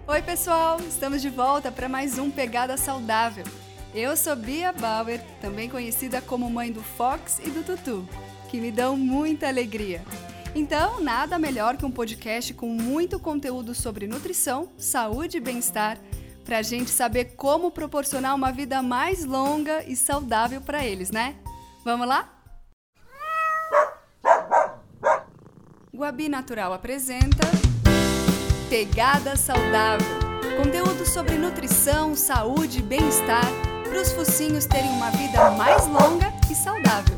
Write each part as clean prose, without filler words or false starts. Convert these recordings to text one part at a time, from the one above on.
Oi, pessoal! Estamos de volta para mais um Pegada Saudável. Eu sou Bia Bauer, também conhecida como mãe do Fox e do Tutu, que me dão muita alegria. Então, nada melhor que um podcast com muito conteúdo sobre nutrição, saúde e bem-estar, para a gente saber como proporcionar uma vida mais longa e saudável para eles, né? Vamos lá? Guabi Natural apresenta Pegada Saudável. Conteúdo sobre nutrição, saúde e bem-estar para os focinhos terem uma vida mais longa e saudável.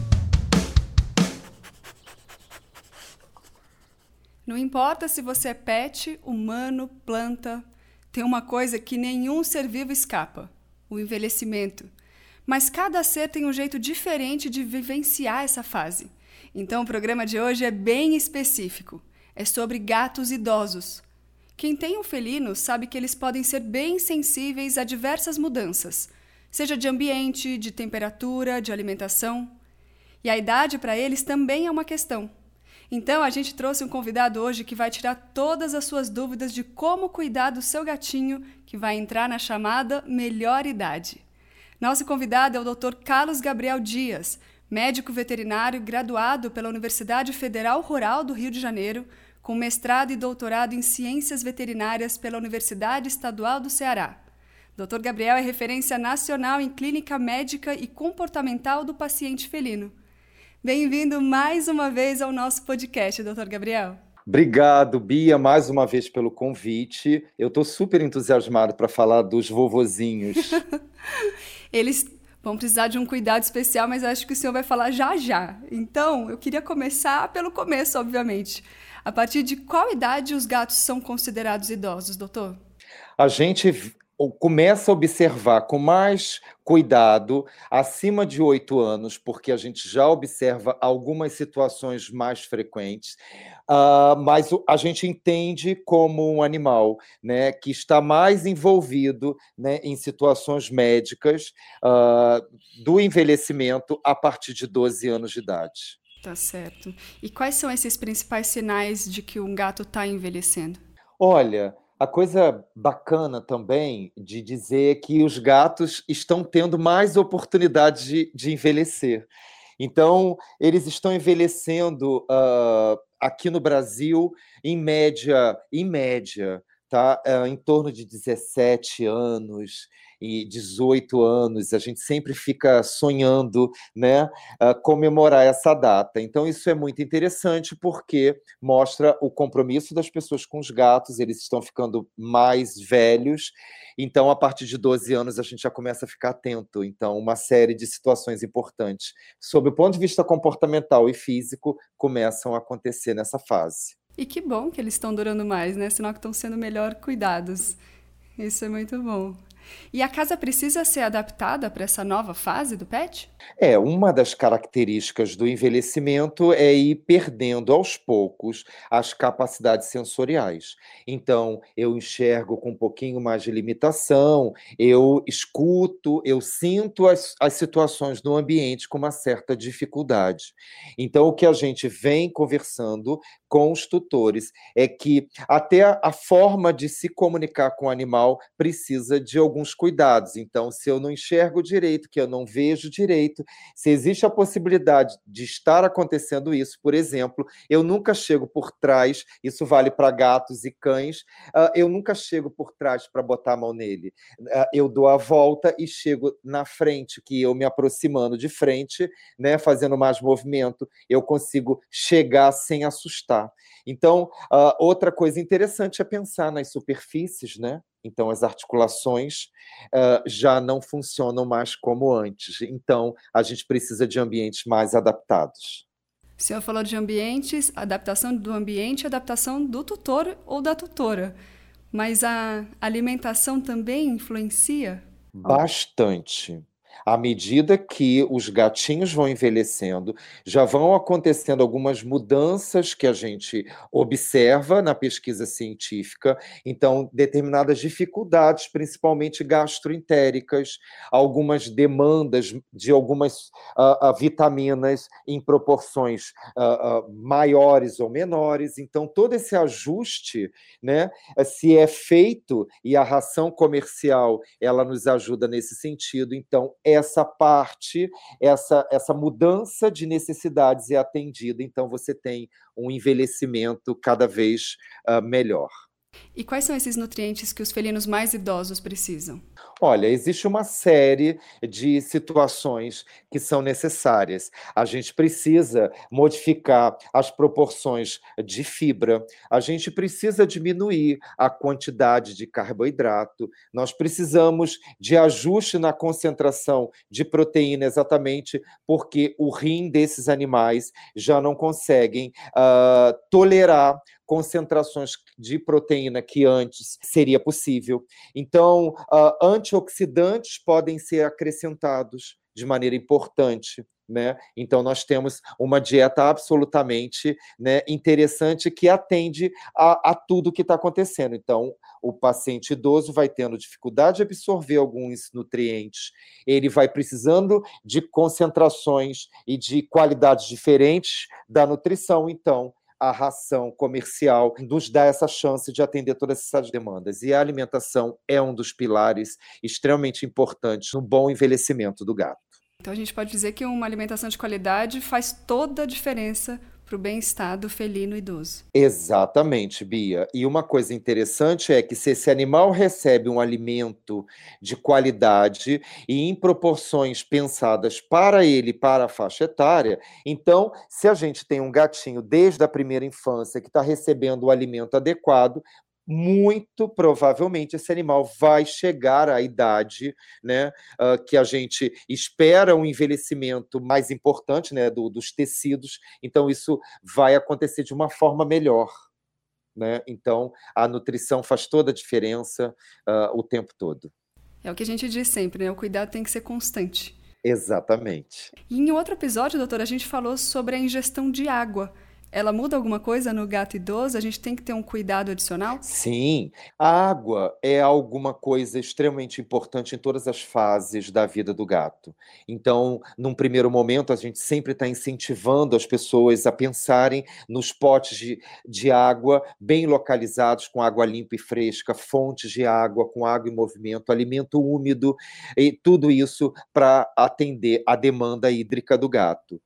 Não importa se você é pet, humano, planta, tem uma coisa que nenhum ser vivo escapa: o envelhecimento. Mas cada ser tem um jeito diferente de vivenciar essa fase. Então o programa de hoje é bem específico. É sobre gatos idosos. Quem tem um felino sabe que eles podem ser bem sensíveis a diversas mudanças, seja de ambiente, de temperatura, de alimentação. E a idade para eles também é uma questão. Então a gente trouxe um convidado hoje que vai tirar todas as suas dúvidas de como cuidar do seu gatinho, que vai entrar na chamada melhor idade. Nosso convidado é o Dr. Carlos Gabriel Dias, médico veterinário graduado pela Universidade Federal Rural do Rio de Janeiro, com mestrado e doutorado em Ciências Veterinárias pela Universidade Estadual do Ceará. Dr. Gabriel é referência nacional em clínica médica e comportamental do paciente felino. Bem-vindo mais uma vez ao nosso podcast, Dr. Gabriel. Obrigado, Bia, mais uma vez pelo convite. Eu estou super entusiasmado para falar dos vovozinhos. Eles vão precisar de um cuidado especial, mas acho que o senhor vai falar já já. Então, eu queria começar pelo começo, obviamente. A partir de qual idade os gatos são considerados idosos, doutor? A gente começa a observar com mais cuidado acima de 8 anos, porque a gente já observa algumas situações mais frequentes, mas a gente entende como um animal, né, que está mais envolvido, né, em situações médicas do envelhecimento a partir de 12 anos de idade. Tá certo. E quais são esses principais sinais de que um gato está envelhecendo? Olha, a coisa bacana também de dizer é que os gatos estão tendo mais oportunidade de envelhecer. Então, eles estão envelhecendo aqui no Brasil, em média, tá? Em torno de 17 anos e 18 anos. A gente sempre fica sonhando, né, comemorar essa data. Então, isso é muito interessante porque mostra o compromisso das pessoas com os gatos, eles estão ficando mais velhos. Então, a partir de 12 anos, a gente já começa a ficar atento. Então, uma série de situações importantes, sob o ponto de vista comportamental e físico, começam a acontecer nessa fase. E que bom que eles estão durando mais, né? Sinal que estão sendo melhor cuidados. Isso é muito bom. E a casa precisa ser adaptada para essa nova fase do pet? Uma das características do envelhecimento é ir perdendo aos poucos as capacidades sensoriais. Então, eu enxergo com um pouquinho mais de limitação, eu escuto, eu sinto as situações no ambiente com uma certa dificuldade. Então, o que a gente vem conversando com os tutores é que até a forma de se comunicar com o animal precisa de alguns cuidados. Então, se eu não enxergo direito, que eu não vejo direito, se existe a possibilidade de estar acontecendo isso, por exemplo, eu nunca chego por trás, isso vale para gatos e cães, eu nunca chego por trás para botar a mão nele. Eu dou a volta e chego na frente, que eu me aproximando de frente, né, fazendo mais movimento, eu consigo chegar sem assustar. Então, outra coisa interessante é pensar nas superfícies, né? Então, as articulações já não funcionam mais como antes. Então, a gente precisa de ambientes mais adaptados. O senhor falou de ambientes, adaptação do ambiente, adaptação do tutor ou da tutora. Mas a alimentação também influencia? Bastante. À medida que os gatinhos vão envelhecendo, já vão acontecendo algumas mudanças que a gente observa na pesquisa científica, então determinadas dificuldades, principalmente gastroentéricas, algumas demandas de algumas vitaminas em proporções maiores ou menores, então todo esse ajuste, né, se é feito e a ração comercial ela nos ajuda nesse sentido, então essa parte, essa mudança de necessidades é atendida, então você tem um envelhecimento cada vez melhor. E quais são esses nutrientes que os felinos mais idosos precisam? Olha, existe uma série de situações que são necessárias. A gente precisa modificar as proporções de fibra, a gente precisa diminuir a quantidade de carboidrato, nós precisamos de ajuste na concentração de proteína, exatamente porque o rim desses animais já não conseguem tolerar concentrações de proteína que antes seria possível. Então, antioxidantes podem ser acrescentados de maneira importante, né? Então, nós temos uma dieta absolutamente, né, interessante que atende a tudo que está acontecendo. Então, o paciente idoso vai tendo dificuldade de absorver alguns nutrientes, ele vai precisando de concentrações e de qualidades diferentes da nutrição, então, a ração comercial nos dá essa chance de atender todas essas demandas. E a alimentação é um dos pilares extremamente importantes no bom envelhecimento do gato. Então a gente pode dizer que uma alimentação de qualidade faz toda a diferença para o bem-estar do felino idoso. Exatamente, Bia. E uma coisa interessante é que se esse animal recebe um alimento de qualidade e em proporções pensadas para ele, para a faixa etária, então, se a gente tem um gatinho desde a primeira infância que está recebendo o alimento adequado, muito provavelmente esse animal vai chegar à idade, né, que a gente espera um envelhecimento mais importante, né, dos tecidos, então isso vai acontecer de uma forma melhor, né? Então a nutrição faz toda a diferença o tempo todo. É o que a gente diz sempre, né? O cuidado tem que ser constante. Exatamente. E em outro episódio, doutora, a gente falou sobre a ingestão de água. Ela muda alguma coisa no gato idoso? A gente tem que ter um cuidado adicional? Sim, a água é alguma coisa extremamente importante em todas as fases da vida do gato. Então, num primeiro momento, a gente sempre está incentivando as pessoas a pensarem nos potes de água bem localizados, com água limpa e fresca, fontes de água com água em movimento, alimento úmido, e tudo isso para atender a demanda hídrica do gato.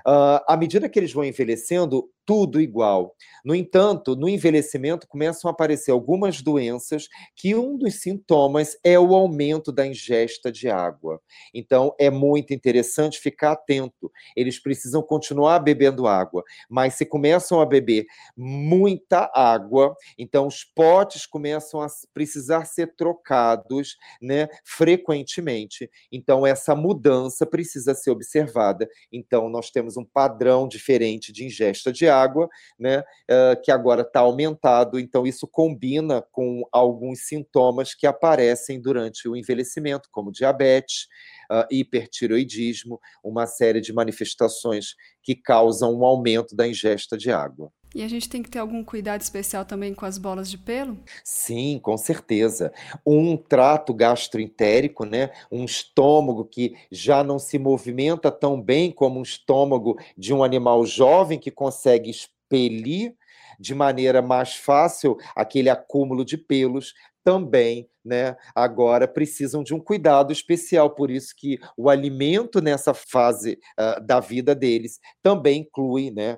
À medida que eles vão envelhecendo, tudo igual. No entanto, no envelhecimento começam a aparecer algumas doenças que um dos sintomas é o aumento da ingesta de água. Então, é muito interessante ficar atento. Eles precisam continuar bebendo água, mas se começam a beber muita água, então os potes começam a precisar ser trocados, né, frequentemente. Então, essa mudança precisa ser observada. Então, nós temos um padrão diferente de ingesta de água, né, que agora está aumentado, então isso combina com alguns sintomas que aparecem durante o envelhecimento, como diabetes, hipertiroidismo, uma série de manifestações que causam um aumento da ingesta de água. E a gente tem que ter algum cuidado especial também com as bolas de pelo? Sim, com certeza. Um trato gastroentérico, né? Um estômago que já não se movimenta tão bem como um estômago de um animal jovem que consegue expelir de maneira mais fácil aquele acúmulo de pelos, também, né, agora precisam de um cuidado especial, por isso que o alimento nessa fase da vida deles também inclui, né,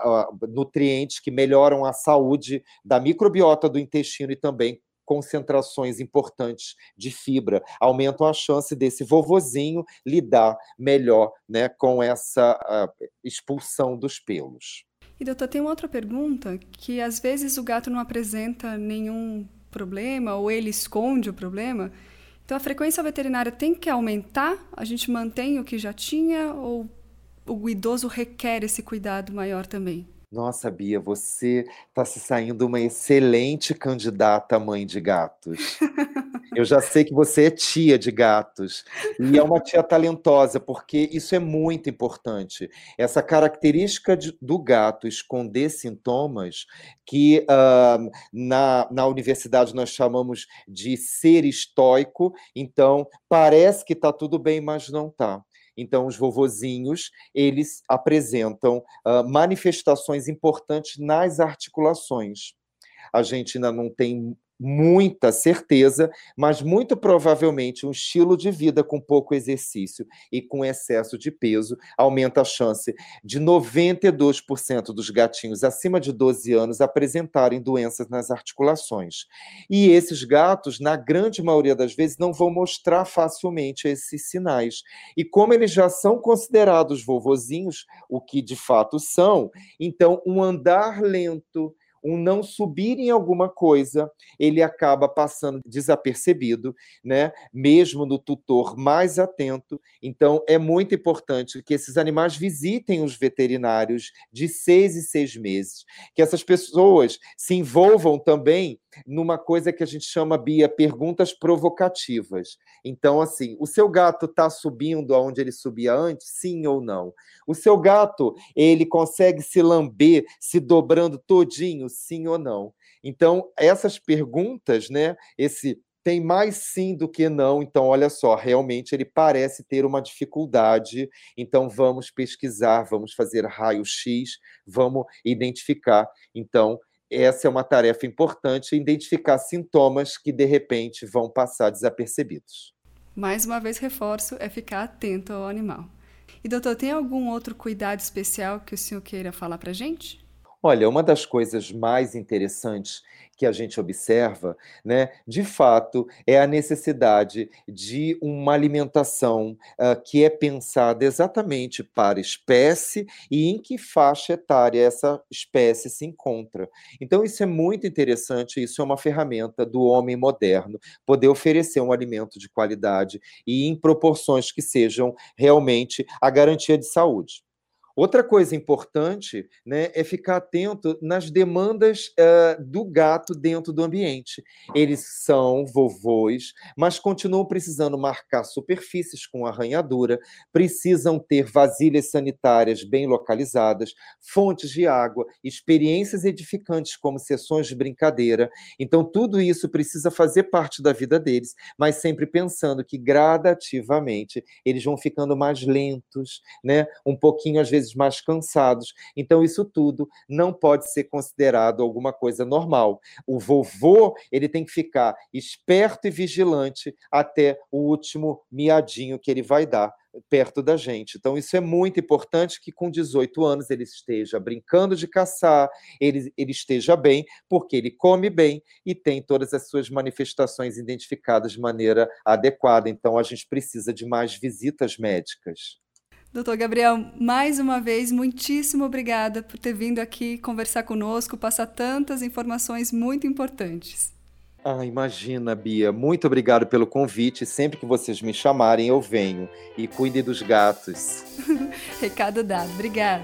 nutrientes que melhoram a saúde da microbiota do intestino e também concentrações importantes de fibra, aumentam a chance desse vovozinho lidar melhor, né, com essa expulsão dos pelos. E doutor, tem uma outra pergunta que às vezes o gato não apresenta nenhum problema ou ele esconde o problema. Então a frequência veterinária tem que aumentar? A gente mantém o que já tinha ou o idoso requer esse cuidado maior também? Nossa, Bia, você está se saindo uma excelente candidata à mãe de gatos. Eu já sei que você é tia de gatos e é uma tia talentosa, porque isso é muito importante. Essa característica do gato esconder sintomas, que na universidade nós chamamos de ser estoico, então parece que está tudo bem, mas não está. Então, os vovozinhos, eles apresentam manifestações importantes nas articulações. A gente ainda não tem muita certeza, mas muito provavelmente um estilo de vida com pouco exercício e com excesso de peso aumenta a chance de 92% dos gatinhos acima de 12 anos apresentarem doenças nas articulações. E esses gatos, na grande maioria das vezes, não vão mostrar facilmente esses sinais. E como eles já são considerados vovozinhos, o que de fato são, então um andar lento, um não subir em alguma coisa, ele acaba passando desapercebido, né? Mesmo no tutor mais atento. Então, é muito importante que esses animais visitem os veterinários de 6 em 6 meses, que essas pessoas se envolvam também numa coisa que a gente chama, Bia, perguntas provocativas. Então, assim, o seu gato está subindo aonde ele subia antes? Sim ou não? O seu gato, ele consegue se lamber, se dobrando todinho? Sim ou não? Então, essas perguntas, né, esse tem mais sim do que não, então olha só, realmente ele parece ter uma dificuldade, então vamos pesquisar, vamos fazer raio-x, vamos identificar. Então, essa é uma tarefa importante, identificar sintomas que de repente vão passar desapercebidos. Mais uma vez reforço, é ficar atento ao animal. E doutor, tem algum outro cuidado especial que o senhor queira falar pra gente? Olha, uma das coisas mais interessantes que a gente observa, né, de fato, é a necessidade de uma alimentação que é pensada exatamente para a espécie e em que faixa etária essa espécie se encontra. Então, isso é muito interessante, isso é uma ferramenta do homem moderno, poder oferecer um alimento de qualidade e em proporções que sejam realmente a garantia de saúde. Outra coisa importante, né, é ficar atento nas demandas do gato dentro do ambiente. Eles são vovôs, mas continuam precisando marcar superfícies com arranhadura, precisam ter vasilhas sanitárias bem localizadas, fontes de água, experiências edificantes como sessões de brincadeira. Então, tudo isso precisa fazer parte da vida deles, mas sempre pensando que gradativamente eles vão ficando mais lentos, né, um pouquinho, às vezes, mais cansados. Então, isso tudo não pode ser considerado alguma coisa normal. O vovô, ele tem que ficar esperto e vigilante até o último miadinho que ele vai dar perto da gente. Então, isso é muito importante, que com 18 anos ele esteja brincando de caçar, ele esteja bem, porque ele come bem e tem todas as suas manifestações identificadas de maneira adequada. Então, a gente precisa de mais visitas médicas. Doutor Gabriel, mais uma vez, muitíssimo obrigada por ter vindo aqui conversar conosco, passar tantas informações muito importantes. Ah, imagina, Bia. Muito obrigado pelo convite. Sempre que vocês me chamarem, eu venho. E cuide dos gatos. Recado dado. Obrigada.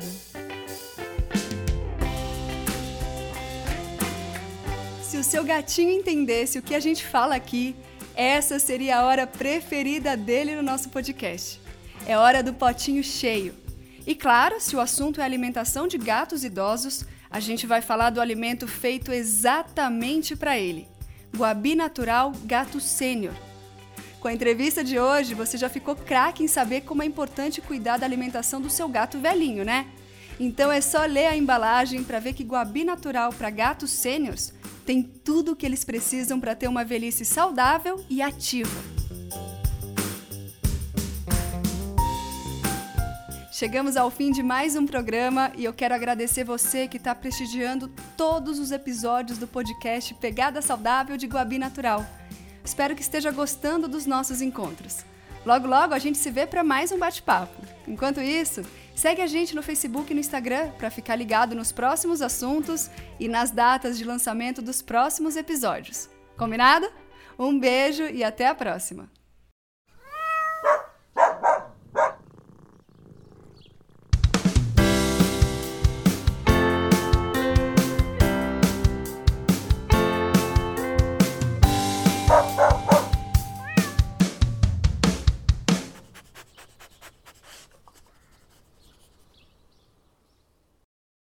Se o seu gatinho entendesse o que a gente fala aqui, essa seria a hora preferida dele no nosso podcast. É hora do potinho cheio. E claro, se o assunto é alimentação de gatos idosos, a gente vai falar do alimento feito exatamente para ele. Guabi Natural Gato Sênior. Com a entrevista de hoje, você já ficou craque em saber como é importante cuidar da alimentação do seu gato velhinho, né? Então é só ler a embalagem para ver que Guabi Natural para gatos sêniors tem tudo o que eles precisam para ter uma velhice saudável e ativa. Chegamos ao fim de mais um programa e eu quero agradecer você que está prestigiando todos os episódios do podcast Pegada Saudável de Guabi Natural. Espero que esteja gostando dos nossos encontros. Logo, logo a gente se vê para mais um bate-papo. Enquanto isso, segue a gente no Facebook e no Instagram para ficar ligado nos próximos assuntos e nas datas de lançamento dos próximos episódios. Combinado? Um beijo e até a próxima!